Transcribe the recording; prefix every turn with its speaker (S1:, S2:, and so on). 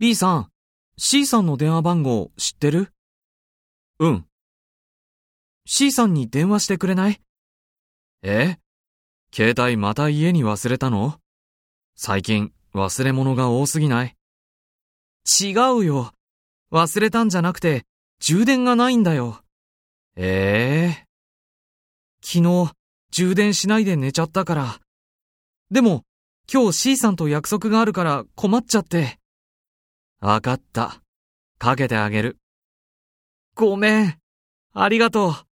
S1: B さん、C さんの電話番号知ってる？
S2: うん。
S1: C さんに電話してくれない？
S2: 携帯また家に忘れたの？最近忘れ物が多すぎない？
S1: 違うよ。忘れたんじゃなくて、充電がないんだよ。昨日、充電しないで寝ちゃったから。でも、今日 C さんと約束があるから困っちゃって。
S2: わかった。かけてあげる。
S1: ごめん。ありがとう。